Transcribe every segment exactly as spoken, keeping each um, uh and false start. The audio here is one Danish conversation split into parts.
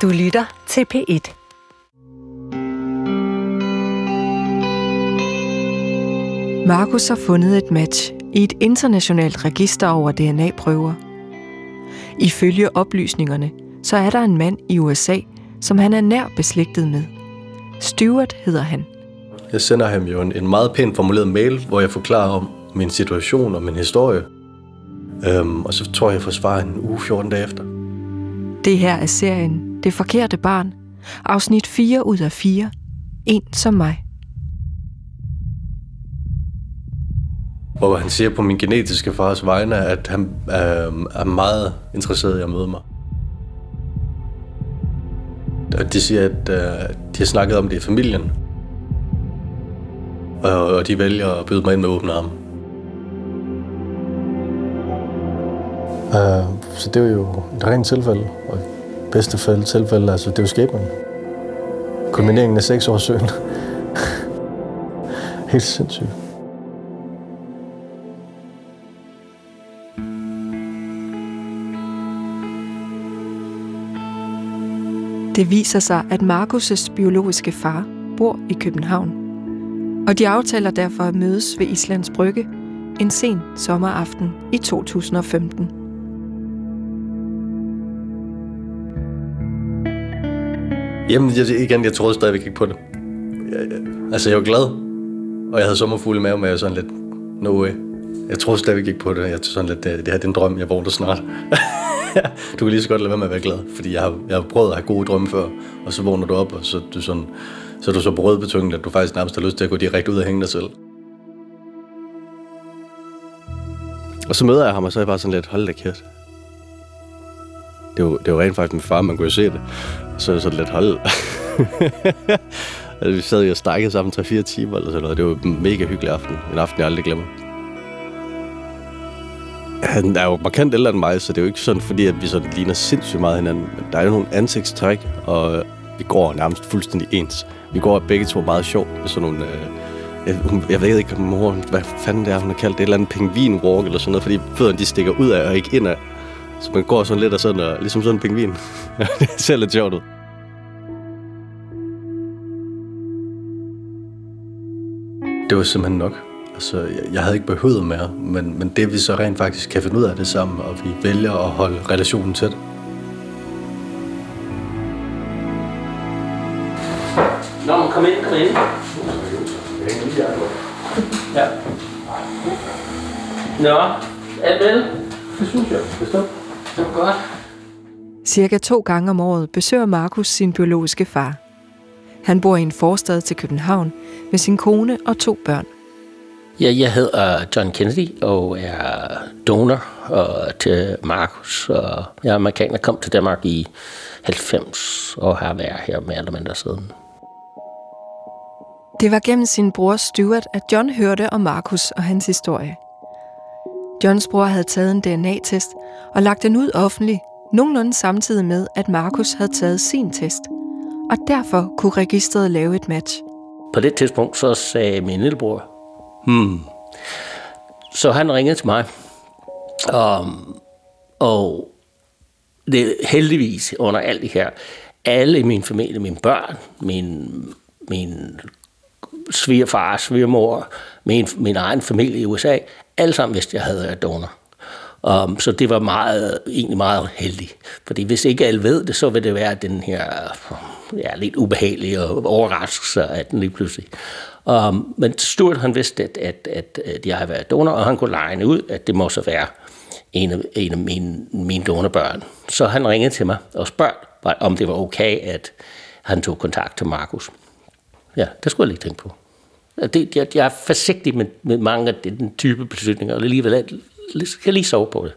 Du lytter til P et. Markus har fundet et match i et internationalt register over D N A-prøver. Ifølge oplysningerne, så er der en mand i U S A, som han er nær beslægtet med. Stuart hedder han. Jeg sender ham jo en, en meget pænt formuleret mail, hvor jeg forklarer om min situation og min historie. Øhm, og så tror jeg, jeg får svar en uge fjorten dage efter. Det her er serien Det forkerte barn. Afsnit fire ud af fire. En som mig. Hvor han siger på min genetiske fars vegne, at han øh, er meget interesseret i at møde mig. Og de siger, at øh, de har snakket om det i familien. Og, og de vælger at byde mig ind med åbne arme. Uh, så det er jo et rent tilfælde, og i bedste fald tilfælde, altså det er jo skæbnen. Kulmineringen af seks års søgen. Helt sindssygt. Det viser sig, at Markus' biologiske far bor i København. Og de aftaler derfor at mødes ved Islands Brygge en sen sommeraften i to tusind og femten. Jamen, jeg, igen, jeg troede stadigvæk ikke på det. Jeg, jeg, altså, jeg var glad, og jeg havde sommerfugle i maven, men jeg var sådan lidt, no way. Jeg troede stadigvæk ikke på det. Jeg tror sådan lidt, det, det her det er en drøm, jeg vågner snart. Du kan lige så godt lade være med at være glad, fordi jeg har, jeg har prøvet at have gode drømme før, og så vågner du op, og så, du sådan, så er du så brødbetynget, at du faktisk nærmest har lyst til at gå direkte ud og hænge dig selv. Og så møder jeg ham, og så er jeg bare sådan lidt, hold da kæft. Det var, det var rent faktisk min far, man kunne jo se det. Så er det sådan lidt, hold. Altså, vi sad jo og snakkede sammen tre fire timer eller sådan noget. Det var en mega hyggelig aften. En aften, jeg aldrig glemmer. Han er jo markant ældre end mig, så det er jo ikke sådan, fordi at vi sådan ligner sindssygt meget hinanden. Men der er jo nogle ansigtstræk, og vi går nærmest fuldstændig ens. Vi går begge to meget sjovt med sådan nogle... Øh, jeg, jeg ved ikke, mor, hvad fanden det er, hun har kaldt det. Et eller andet pingvinwalk eller sådan noget, fordi fødderne de stikker ud af og ikke ind af. Så man går sådan lidt og sådan, og, ligesom sådan en pingvin. Det ser lidt sjovt ud. Det var simpelthen nok. Altså, jeg, jeg havde ikke behøvet mere, men, men det vi så rent faktisk kan finde ud af det sammen, og vi vælger at holde relationen tæt. Nå, men kom ind, kom ind. Ja. Nå, alt vel? Det synes jeg, bestemt. Det var godt. Cirka to gange om året besøger Markus sin biologiske far. Han bor i en forstad til København med sin kone og to børn. Ja, jeg hedder John Kennedy og er donor og til Markus. Og jeg er amerikaner, kom til Danmark i halvfems og har været her mere eller mindre siden. Det var gennem sin bror Stuart, at John hørte om Markus og hans historie. Johns bror havde taget en D N A-test og lagt den ud offentligt, nogenlunde samtidig med, at Markus havde taget sin test. Og derfor kunne registret lave et match. På det tidspunkt så sagde min lillebror, hmm. Så han ringede til mig. Um, og det heldigvis under alt det her, alle i min familie, mine børn, min, min svigerfar, svigermor, min, min egen familie i U S A, alle sammen vidste, at jeg havde været donor. Um, så det var meget, egentlig meget heldigt. Fordi hvis ikke alle ved det, så vil det være den her ja, lidt ubehagelige og overraskelse af den lige pludselig. Um, men Stuart han vidste, at, at, at, at jeg havde været donor, og han kunne legne ud, at det må så være en af, en af mine, mine donorbørn. Så han ringede til mig og spurgte, om det var okay, at han tog kontakt til Markus. Ja, det skulle jeg lige tænke på. Det, jeg, jeg er forsigtig med, med mange af den type beslutninger, og alligevel kan lige sove på det.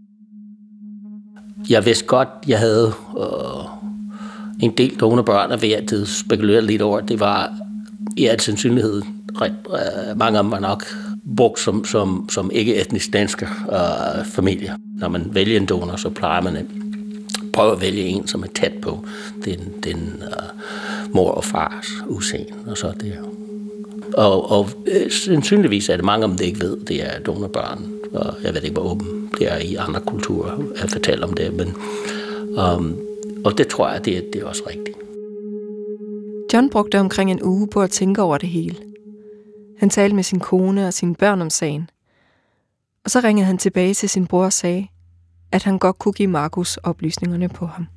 Jeg vidste godt, jeg havde øh, en del donorbørn, og ved at det spekulerede lidt over, det var i al sandsynlighed ret, øh, mange af dem var nok brugt som, som, som ikke-etnisk danske øh, familier. Når man vælger en donor, så plejer man at prøve at vælge en, som er tæt på den, den øh, mor og fars udseende, og så det. Og, og øh, sandsynligvis er det mange af dem, der ikke ved, det er donorbørn. Og jeg ved ikke, hvor åben det er i andre kulturer at fortælle om det, men um, og det tror jeg, det er, det er også rigtigt. John brugte omkring en uge på at tænke over det hele. Han talte med sin kone og sine børn om sagen. Og så ringede han tilbage til sin bror og sagde, at han godt kunne give Markus oplysningerne på ham.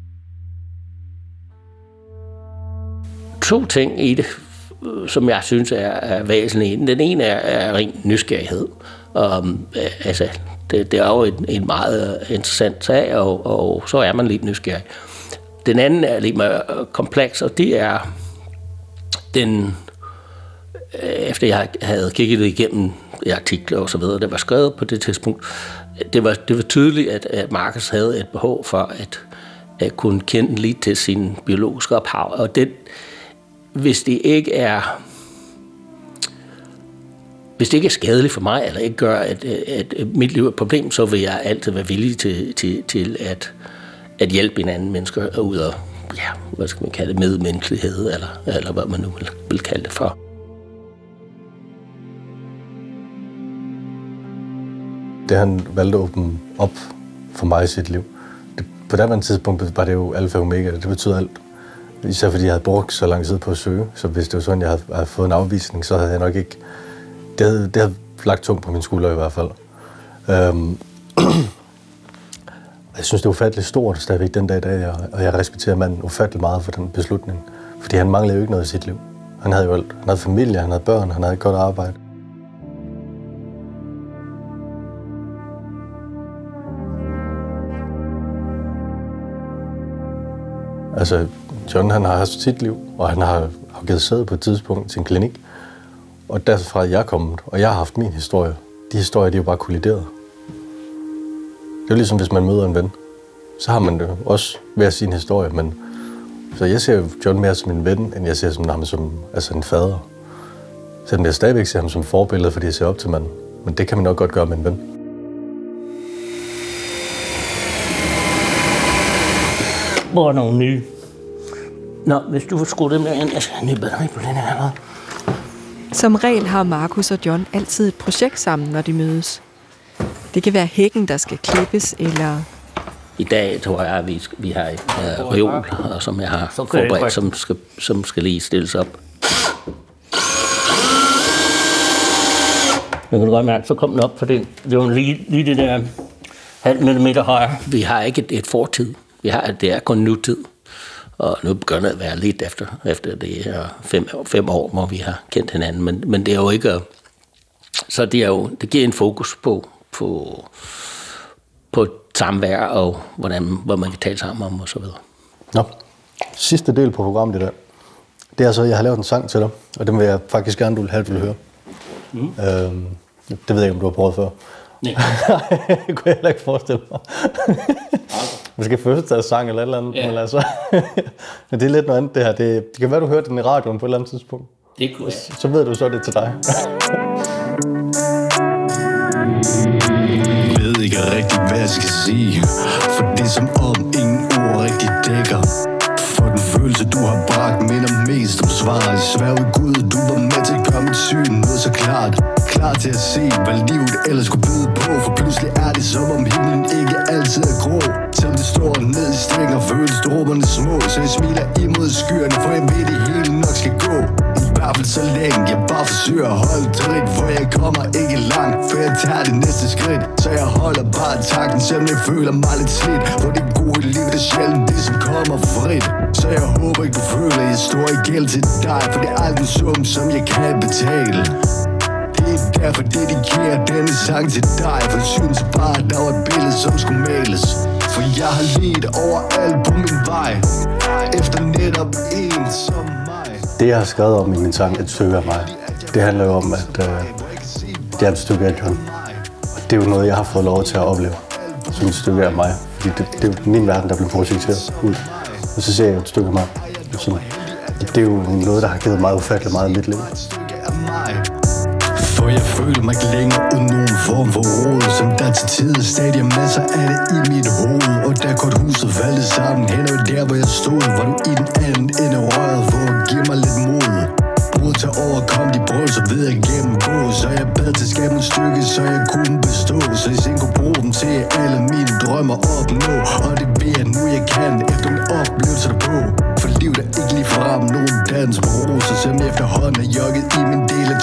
To ting i det, som jeg synes er, er væsentlige. Den ene er, er ren nysgerrighed. Um, altså, det, det er jo en, en meget interessant sag, og, og så er man lidt nysgerrig. Den anden er lidt mere kompleks, og det er den, efter jeg havde kigget det igennem i artikler og så videre, der var skrevet på det tidspunkt, det var, det var tydeligt, at, at Markus havde et behov for at, at kunne kende lidt til sin biologiske ophav, og den, hvis det ikke er hvis det ikke er skadeligt for mig, eller ikke gør, at, at, at mit liv er et problem, så vil jeg altid være villig til, til, til at, at hjælpe en anden mennesker ud af, ja, hvad skal man kalde det, medmenneskelighed, eller, eller hvad man nu vil, vil kalde det for. Det han valgte at åbne op for mig i sit liv, det, på det tidspunkt var det jo alfa og omega, det betyder alt. Især fordi jeg havde brugt så lang tid på at søge, så hvis det var sådan, jeg havde, havde fået en afvisning, så havde jeg nok ikke... Det havde, det havde lagt tungt på mine skuldre i hvert fald. Øhm, jeg synes, det er ufatteligt stort stadigvæk den dag i dag, og jeg respekterer manden ufattelig meget for den beslutning. Fordi han manglede jo ikke noget i sit liv. Han havde jo alt. Han havde familie, han havde børn, han havde et godt arbejde. Altså, John han har haft sit liv, og han har afgivet sæde på et tidspunkt til en klinik. Og derfra er jeg kommet, og jeg har haft min historie. De historier, de er jo bare kollideret. Det er jo ligesom, hvis man møder en ven. Så har man det også hver sin historie, men... Så jeg ser jo John mere som en ven, end jeg ser som ham som altså en fader. Selvom jeg stadigvæk ser ham som forbillede, fordi jeg ser op til manden. Men det kan man nok godt gøre med en ven. Hvor er nogle nye? Nå, hvis du får skruet dem der ind, jeg skal have en ny batteri på den her allerede. Som regel har Markus og John altid et projekt sammen, når de mødes. Det kan være hækken, der skal klippes, eller... I dag tror jeg, at vi, vi har et uh, reol, som jeg har forberedt, som skal, som skal lige stilles op. Jeg kan godt mærke, så kom den op, for det, det var lige, lige det der halv millimeter højere. Vi har ikke et, et fortid. Vi har, det er kun nutid. Og nu begynder det at være lidt efter, efter det her fem, fem år, hvor vi har kendt hinanden. Men, men det er jo ikke... Så det, er jo, det giver en fokus på, på, på samvær og hvordan, hvad man kan tale sammen om og så videre. Nå, sidste del på programmet i dag. Det er så, jeg har lavet en sang til dig, og den vil jeg faktisk gerne, du vil have, du vil høre. Mm. Øhm, det ved jeg ikke, om du har prøvet før. Nej. Det kunne jeg heller ikke forestille mig. Måske fødselsdagssang eller et eller andet. Ja. Men, altså, men det er lidt noget andet det her. Det, det kan være, du hørte den i radioen på et eller andet tidspunkt. Det kunne jeg. Så ved du så, det er til dig. Jeg ved ikke rigtig, hvad jeg skal sige. For det er som om ingen ord rigtig dækker. For den følelse, du har bragt, minder mest om svaret. I sværge Gud, du var med til at gøre mit syn noget så klart. Klar til at se, hvad livet ellers skulle byde på. For pludselig er det som om himlen ikke altid er grå. Selvom det står ned i stænger, føles dråberne små. Så jeg smiler imod skyerne, for jeg ved, det hele nok skal gå. I hvert fald så længe, jeg bare forsøger at holde trit. For jeg kommer ikke langt, for jeg tager det næste skridt. Så jeg holder bare takten, selvom jeg føler mig lidt slidt. For det gode liv, det er sjældent det, som kommer frit. Så jeg håber ikke, du føler, at jeg står i gæld til dig. For det er aldrig en sum, som jeg kan betale. Det er derfor dedikerer denne sang til dig. For jeg synes bare, at der var et billede, som skulle males. For jeg har lidt overalt på min vej. Efter netop en som mig. Det, jeg har skrevet om i min sang, Et stykke af mig, det handler jo om, at øh, det er et stykke af John. Og det er jo noget, jeg har fået lov til at opleve som et stykke af mig. Fordi det, det er jo min verden, der bliver projekteret ud. Og så ser jeg jo et stykke af mig. Så det er jo noget, der har givet mig ufattelig meget i mit liv. For jeg føler mig ikke længere uden nogen form for råd. Som der til tider stadig masser af det i mit hoved. Og da korthuset faldt sammen hen og der hvor jeg stod, var du i den anden ende af røret for at give mig lidt mod. Mod til at overkomme de brød, så ved jeg gennemgå. Så jeg bad til at skabe et stykke, så jeg kunne bestå. Så jeg selv kunne bruge dem til alle mine drømmer opnå. Og det ved jeg nu jeg kan, efter en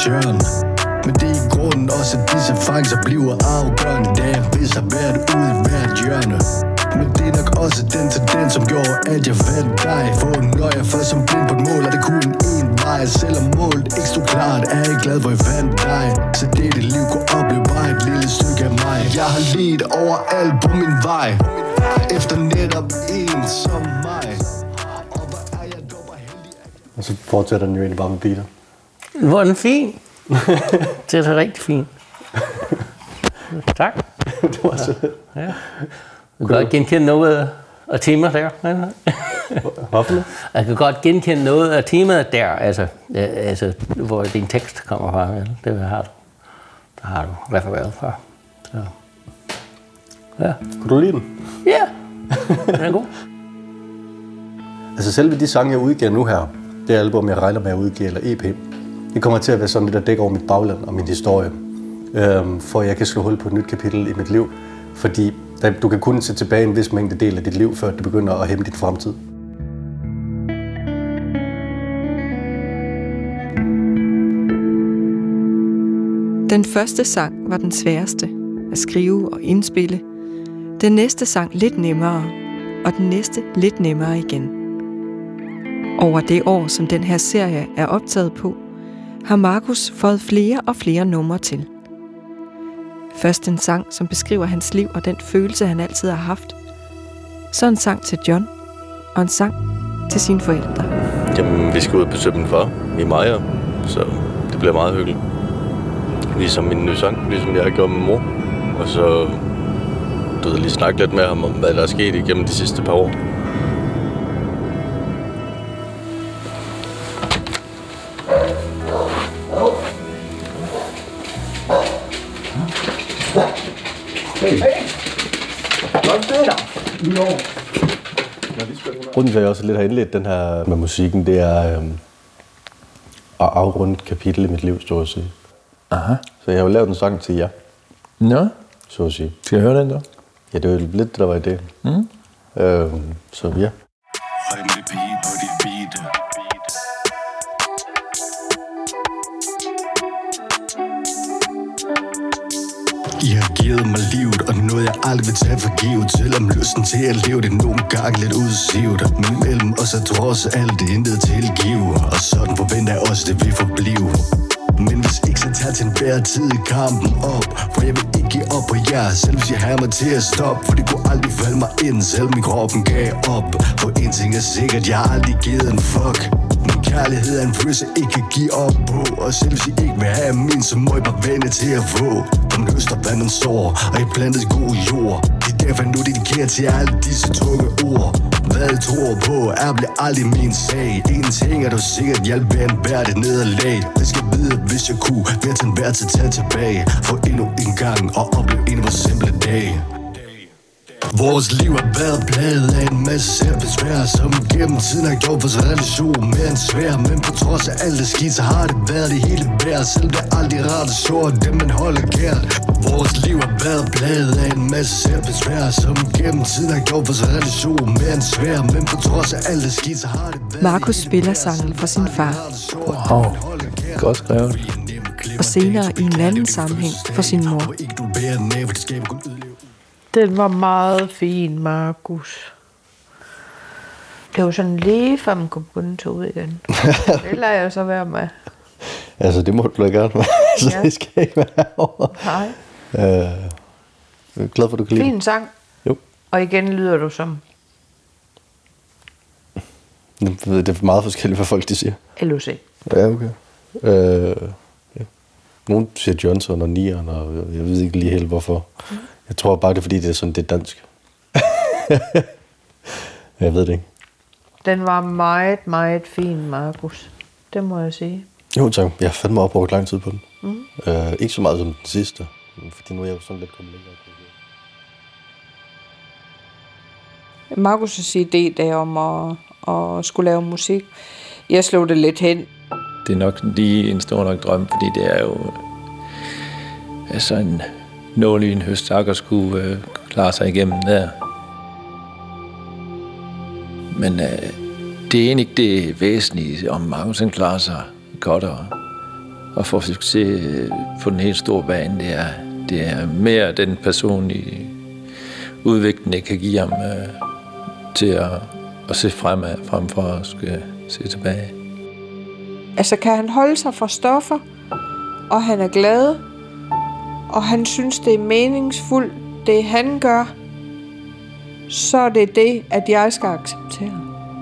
hjørne. Men det er i grunden også, at disse fangser bliver afgørende, da jeg vidste at være ude i hvert hjørne. Men det er nok også den tendens, som gjorde, at jeg fandt dig. For når jeg først som blind på et mål, er det kun én vej. Selvom målet ikke stod klart, er jeg glad, hvor jeg fandt dig. Så det det liv kunne opleve bare et lille stykke af mig. Jeg har lidt overalt på min vej, efter netop en som mig. Og hvor er jeg dog bare heldig. Og så fortsætter den jo egentlig bare med beater. Hvor er den fin? Det er så rigtig fint. Tak. Det var så lidt. Ja. Du kan godt genkende noget af temaet der. Hvorfor? Jeg kan godt genkende noget af temaet der, altså, altså hvor din tekst kommer fra. Det har du, der har du refereret fra. Så. Ja. Kunne du lide den? Ja, den er god. Altså selve de sange, jeg udgiver nu her, det album, jeg regner med at udgive, eller E P, det kommer til at være sådan lidt, der dækker over mit bagland og min historie. Øhm, for jeg kan slå hul på et nyt kapitel i mit liv. Fordi der, du kan kun se tilbage en vis mængde del af dit liv, før det begynder at hæmme din fremtid. Den første sang var den sværeste at skrive og indspille. Den næste sang lidt nemmere, og den næste lidt nemmere igen. Over det år, som den her serie er optaget på, har Markus fået flere og flere numre til. Først en sang, som beskriver hans liv og den følelse, han altid har haft. Så en sang til John, og en sang til sine forældre. Jamen, vi skal ud og besøge min far i Maja, så det bliver meget hyggeligt. Ligesom min nye sang, ligesom jeg gjorde med mor. Og så du ved, lige snakke lidt med ham om, hvad der er sket igennem de sidste par år. Grunden til, at jeg også lidt har indledt den her med musikken, det er øhm, at afrunde et kapitel i mit liv, så at sige. Aha. Så jeg har jo lavet en sang til jer, Nå, så at sige. skal jeg høre den så? Ja, det var lidt det, der var idéen. Mm. Øhm, så ja. I har givet mig livet, og noget jeg aldrig vil tage for givet. Selvom lysten til at leve det nogle gange lidt udsivet. Men mellem os er trods alt det intet tilgive. Og sådan forventer jeg også det vil forblive. Men hvis ikke, så tager til enhver tid i kampen op. For jeg vil ikke give op på jer, selv hvis jeg har mig til at stoppe. For det kunne aldrig falde mig ind, selv min kroppen gav op. For en ting er sikkert, jeg har aldrig givet en fuck. Min kærlighed er en følelse, jeg ikke kan give op på. Og selv hvis I ikke vil have min, så må I bare vende til at få. For man høster, hvad man sår, og jeg plantet god jord. Det er derfor, jeg nu dedikerer til alle disse tunge ord. Hvad jeg tror på, er bliver aldrig min sag. En ting er du sikkert, hjælpe en hvert et nederlag. Jeg skal vide, hvis jeg kunne, vil jeg til enhver tid tage tilbage. For endnu en gang, og opleve en af vores simple dag. Vores liv har været plaget af en masse selvbesvær, som gennem tiden har gjort vores relation mere end svær. Men på trods af alt det skidt, så har det været det hele værd. Selv det er aldrig rart at så dem man holder kært. Vores liv har været plaget af en masse selvbesvær, som gennem tiden har gjort vores relation mere end svær. Men på trods af alt det skidt, så har det været. Markus spiller sangen for sin far. Wow, godt skrevet. Og senere i en anden sammenhæng for sin mor. Den var meget fin, Markus. Det var sådan lige før man kunne begynde at tage ud igen. Det lader jeg så være med. Altså, det må du da gerne være. Så ja. Det skal ikke være over. Nej. Øh, jeg er glad for, at du kan lide. Fin sang. Jo. Og igen lyder du som... Det er meget forskelligt, hvad folk de siger. L O C. Ja, okay. Øh, ja. Nogle siger Johnson og Nieren, og jeg ved ikke lige helt hvorfor. Mm. Jeg tror bare, det er fordi, det er sådan, det er dansk. Jeg ved det ikke. Den var meget, meget fin, Markus. Det må jeg sige. Jo, tak. Jeg har fandme opbrugt lang tid på den. Mm. Øh, ikke så meget som den sidste, fordi nu er jeg jo sådan lidt kommet længere. Markus' idé der om at, at skulle lave musik, jeg slog det lidt hen. Det er nok lige en stor nok drøm, fordi det er jo altså en nål i en høstak at skulle øh, klare sig igennem der. Men øh, det er egentlig ikke det væsentlige, om Markus klarer sig godt og, og få succes på den helt store bane, det er, det er mere den personlige udvikling, det kan give ham øh, til at, at se fremad, frem for at skulle se tilbage. Altså kan han holde sig fra stoffer, og han er glad, og han synes, det er meningsfuldt, det han gør, så er det det, at jeg skal acceptere.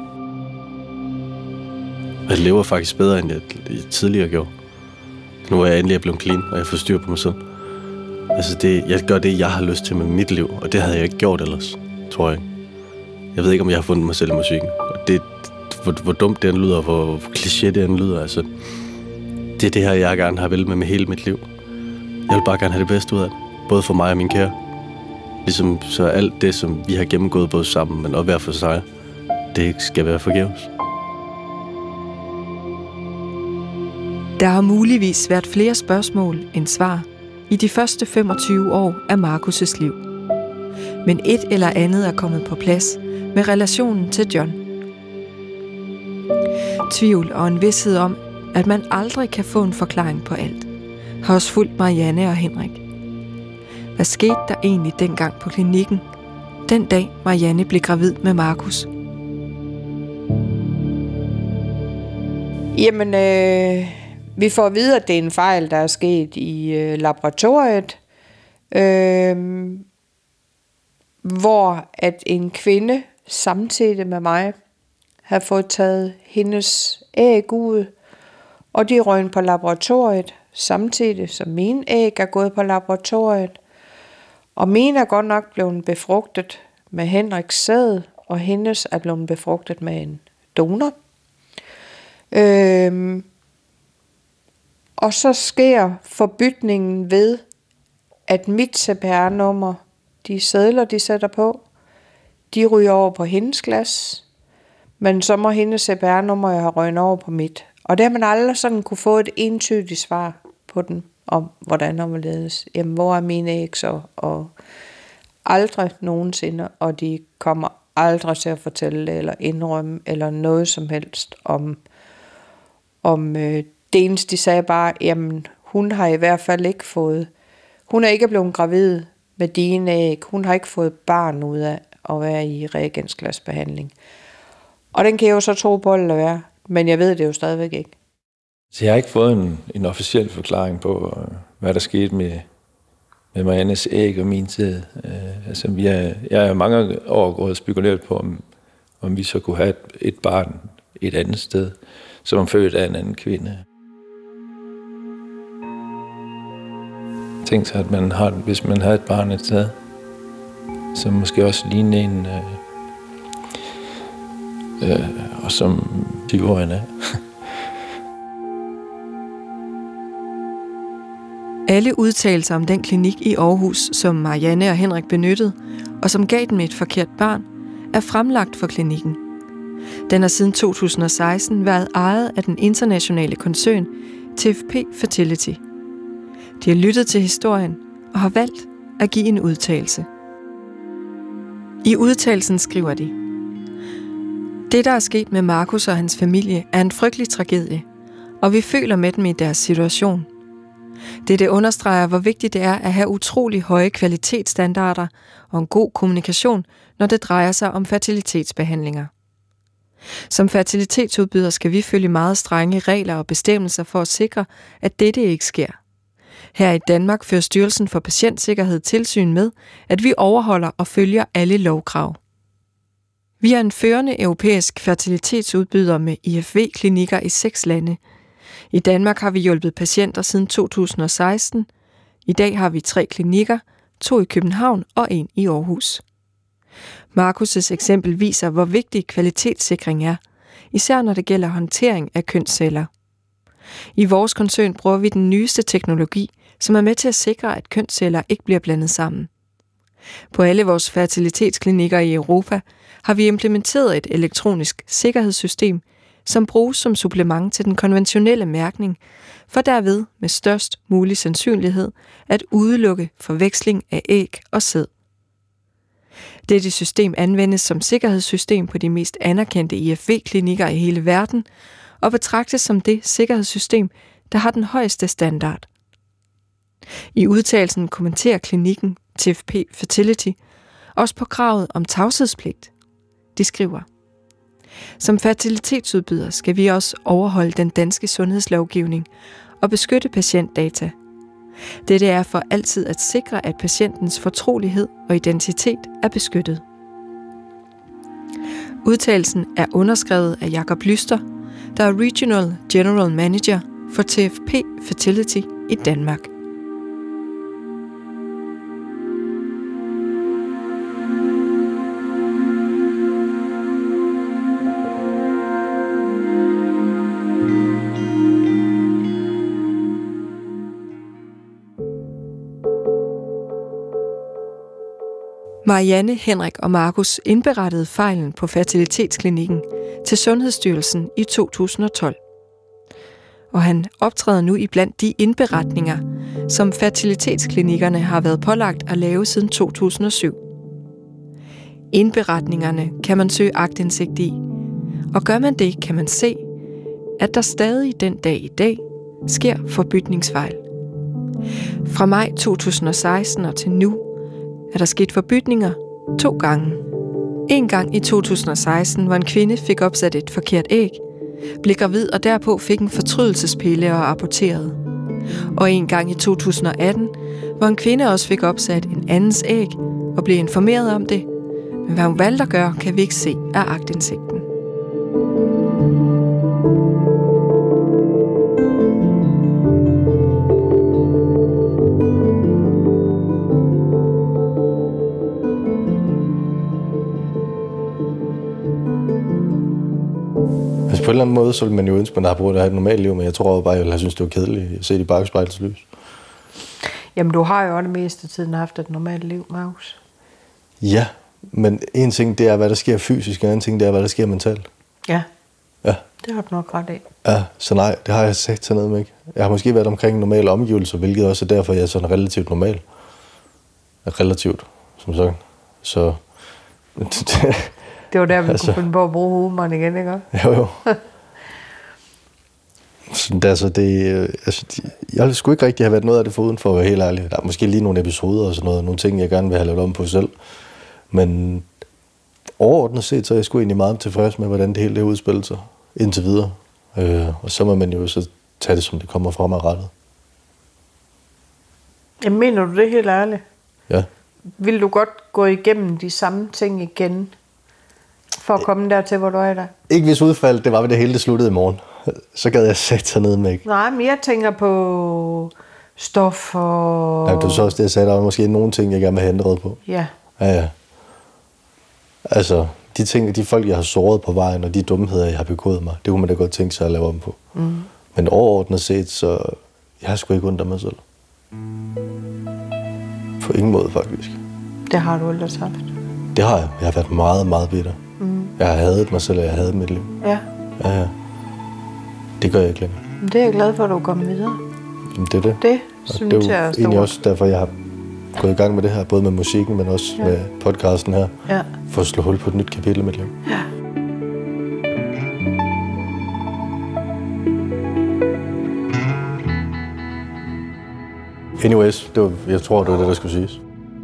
Jeg lever faktisk bedre, end jeg tidligere gjorde. Nu er jeg endelig blevet clean, og jeg får styr på mig selv. Altså det, jeg gør det, jeg har lyst til med mit liv, og det havde jeg ikke gjort ellers, tror jeg. Jeg ved ikke, om jeg har fundet mig selv i musikken. Og det, hvor, hvor dumt det lyder, hvor, hvor kliché det lyder. Altså, det er det her, jeg gerne har vel med med hele mit liv. Jeg vil bare gerne have det bedste ud af det. Både for mig og min kære. Ligesom så alt det, som vi har gennemgået både sammen, men også hver for sig, det skal være forgæves. Der har muligvis været flere spørgsmål end svar i de første femogtyve år af Marcus' liv. Men et eller andet er kommet på plads med relationen til John. Tvivl og en vished om, at man aldrig kan få en forklaring på alt, har også fulgt Marianne og Henrik. Hvad skete der egentlig dengang på klinikken, den dag Marianne blev gravid med Marcus? Jamen, øh, vi får at vide, at det er en fejl, der er sket i øh, laboratoriet, øh, hvor at en kvinde samtidig med mig har fået taget hendes æg ud, og de røg på laboratoriet, samtidig som mine æg er gået på laboratoriet. Og mine er godt nok blevet befrugtet med Henriks sæd, og hendes er blevet befrugtet med en donor. Øhm, og så sker forbytningen ved, at mit C P R-nummer, de sedler, de sætter på, de ryger over på hendes glas, men så må hendes C P R-nummer have røget over på mit. Og der har man aldrig sådan kunne få et entydigt svar på den, om hvordan og hvorledes. Jamen, hvor er mine æg så? Og aldrig nogensinde, og de kommer aldrig til at fortælle eller indrømme eller noget som helst om, om øh, det eneste, de sagde bare, jamen, hun har i hvert fald ikke fået, hun er ikke blevet gravid med dine æg, hun har ikke fået barn ud af at være i reagensglasbehandling. Og den kan jeg jo så tro på, eller være, men jeg ved det jo stadigvæk ikke. Så jeg har ikke fået en, en officiel forklaring på, hvad der skete med, med Mariannes æg og min tid. Uh, altså, vi er, jeg har mange år gået og spekuleret på, om, om vi så kunne have et, et barn et andet sted, som er født af en anden kvinde. Tænk sig, at man har, hvis man har et barn et sted, som måske også ligner en, øh, øh, og som tyve-årige er. Alle udtalelser om den klinik i Aarhus, som Marianne og Henrik benyttede, og som gav dem et forkert barn, er fremlagt for klinikken. Den har siden to tusind og seksten været ejet af den internationale koncern T F P Fertility. De har lyttet til historien og har valgt at give en udtalelse. I udtalelsen skriver de: Det, der er sket med Marcus og hans familie, er en frygtelig tragedie, og vi føler med dem i deres situation. Dette understreger, hvor vigtigt det er at have utrolig høje kvalitetsstandarder og en god kommunikation, når det drejer sig om fertilitetsbehandlinger. Som fertilitetsudbyder skal vi følge meget strenge regler og bestemmelser for at sikre, at dette ikke sker. Her i Danmark fører Styrelsen for Patientsikkerhed tilsyn med, at vi overholder og følger alle lovkrav. Vi er en førende europæisk fertilitetsudbyder med I F V-klinikker i seks lande. I Danmark har vi hjulpet patienter siden to tusind og seksten. I dag har vi tre klinikker, to i København og en i Aarhus. Marcus' eksempel viser, hvor vigtig kvalitetssikring er, især når det gælder håndtering af kønsceller. I vores koncern bruger vi den nyeste teknologi, som er med til at sikre, at kønsceller ikke bliver blandet sammen. På alle vores fertilitetsklinikker i Europa har vi implementeret et elektronisk sikkerhedssystem, som bruges som supplement til den konventionelle mærkning, for derved med størst mulig sandsynlighed at udelukke forveksling af æg og sæd. Dette system anvendes som sikkerhedssystem på de mest anerkendte I F V-klinikker i hele verden, og betragtes som det sikkerhedssystem, der har den højeste standard. I udtalelsen kommenterer klinikken T F P Fertility også på kravet om tavshedspligt. De skriver: Som fertilitetsudbyder skal vi også overholde den danske sundhedslovgivning og beskytte patientdata. Dette er for altid at sikre, at patientens fortrolighed og identitet er beskyttet. Udtalelsen er underskrevet af Jakob Lyster, der er Regional General Manager for T F P Fertility i Danmark. Marianne, Henrik og Markus indberettede fejlen på fertilitetsklinikken til Sundhedsstyrelsen i to tusind og tolv. Og han optræder nu i blandt de indberetninger, som fertilitetsklinikkerne har været pålagt at lave siden to tusind og syv. Indberetningerne kan man søge aktindsigt i, og gør man det, kan man se, at der stadig den dag i dag sker forbytningsfejl. Fra maj to tusind og seksten og til nu er der sket forbytninger to gange. En gang i to tusind og seksten, hvor en kvinde fik opsat et forkert æg, blev gravid og derpå fik en fortrydelsespille og aborterede. Og en gang i to tusind og atten, hvor en kvinde også fik opsat en andens æg og blev informeret om det. Men hvad hun valgte at gøre, kan vi ikke se af aktindsigten. På en eller anden måde, så ville man jo ønske, at man har brugt at have et normalt liv, men jeg tror bare, jeg ville have synes, det var kedeligt at se i bagspejlets lys. Jamen, du har jo også det meste af tiden haft et normalt liv, Markus. Ja, men en ting, det er, hvad der sker fysisk, og en anden ting, det er, hvad der sker mentalt. Ja. Ja. Det har du nok ret af. Ja, så nej, det har jeg sagt til noget med, ikke? Jeg har måske været omkring normale omgivelser, hvilket også er derfor, jeg er sådan relativt normal. Relativt, som sådan. Så... Det var der, vi altså, kunne finde på at bruge humoren igen, ikke? Jo, jo. Så, altså, det, altså, jeg skulle ikke rigtig have været noget af det foruden, for at være helt ærlig. Der er måske lige nogle episoder og sådan noget, nogle ting, jeg gerne vil have lavet om på selv. Men overordnet set, så er jeg sgu egentlig meget tilfreds med, hvordan det hele det udspiller sig indtil videre. Øh, og så må man jo så tage det, som det kommer fra mig rettet. Jamen, mener du det helt ærligt? Ja. Vil du godt gå igennem de samme ting igen, for at komme dertil, hvor du er der? Ikke hvis udfald, det var ved det hele, det sluttede i morgen. Så gad jeg sætte sig ned med ikke. Nej, men jeg tænker på stof og... Ja, du så også det, jeg sagde, der var måske nogle ting, jeg gerne vil have ændret på. Ja. Ja, ja. Altså, de ting, de folk, jeg har såret på vejen, og de dumheder, jeg har begået mig, det kunne man da godt tænke sig at lave om på. Mm. Men overordnet set, så jeg har sgu ikke ondt af mig selv. På ingen måde, faktisk. Det har du ellers haft. Det har jeg. Jeg har været meget, meget bitter. Mm. Jeg har hadet mig selv, og jeg har hadet mit liv. Ja. Ja, ja. Det gør jeg ikke længere. Det er jeg glad for, at du er kommet videre. Jamen, det er det. Det og synes det er jeg er jo egentlig også derfor, jeg har gået i gang med det her, både med musikken, men også ja. med podcasten her, ja. for at slå hul på et nyt kapitel i mit liv. Ja. Anyways, det var, jeg tror, det var det, der skulle siges.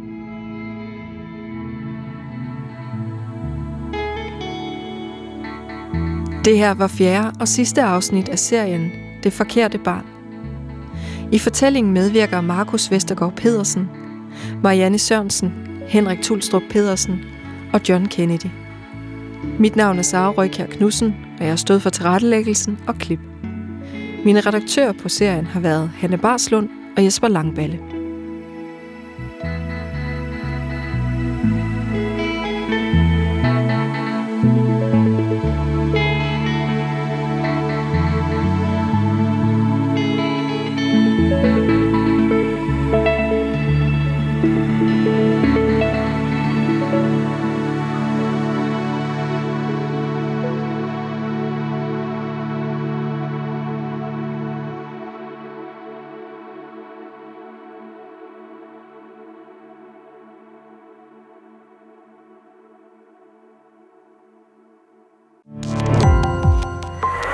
Det her var fjerde og sidste afsnit af serien Det forkerte barn. I fortællingen medvirker Markus Vestergaard Pedersen, Marianne Sørensen, Henrik Tulstrup Pedersen og John Kennedy. Mit navn er Sara Røykjær Knudsen, og jeg har stået for tilrettelæggelsen og klip. Mine redaktører på serien har været Hanne Barslund og Jesper Langballe.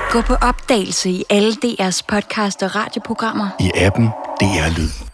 Gå på opdagelse i alle D R's podcast og radioprogrammer. I appen D R Lyd.